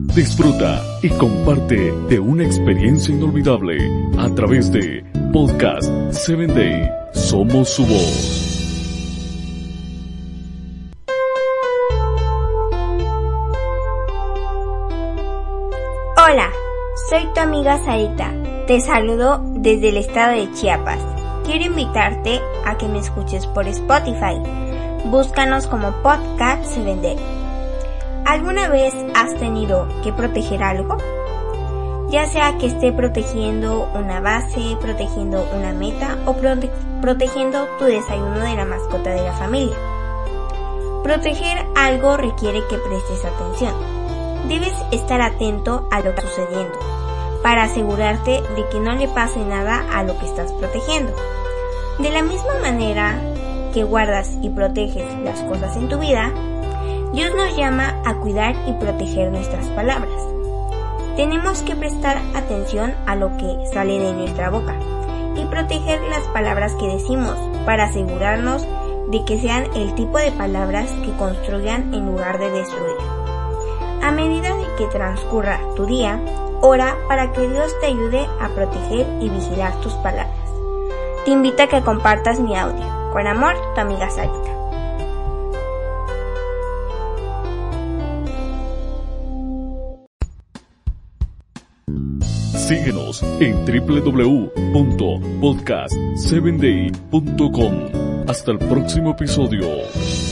disfruta y comparte de una experiencia inolvidable a través de Podcast 7 Day. Somos su voz. Hola, soy tu amiga Sarita. Te saludo desde el estado de Chiapas. Quiero invitarte a que me escuches por Spotify. Búscanos como Podcast 7 Day. ¿Alguna vez has tenido que proteger algo? Ya sea que esté protegiendo una base, protegiendo una meta o protegiendo tu desayuno de la mascota de la familia. Proteger algo requiere que prestes atención. Debes estar atento a lo que está sucediendo para asegurarte de que no le pase nada a lo que estás protegiendo. De la misma manera que guardas y proteges las cosas en tu vida, Dios nos llama a cuidar y proteger nuestras palabras. Tenemos que prestar atención a lo que sale de nuestra boca y proteger las palabras que decimos para asegurarnos de que sean el tipo de palabras que construyan en lugar de destruir. A medida de que transcurra tu día, ora para que Dios te ayude a proteger y vigilar tus palabras. Te invito a que compartas mi audio. Con amor, tu amiga Sarita. Síguenos en www.podcast7day.com. Hasta el próximo episodio.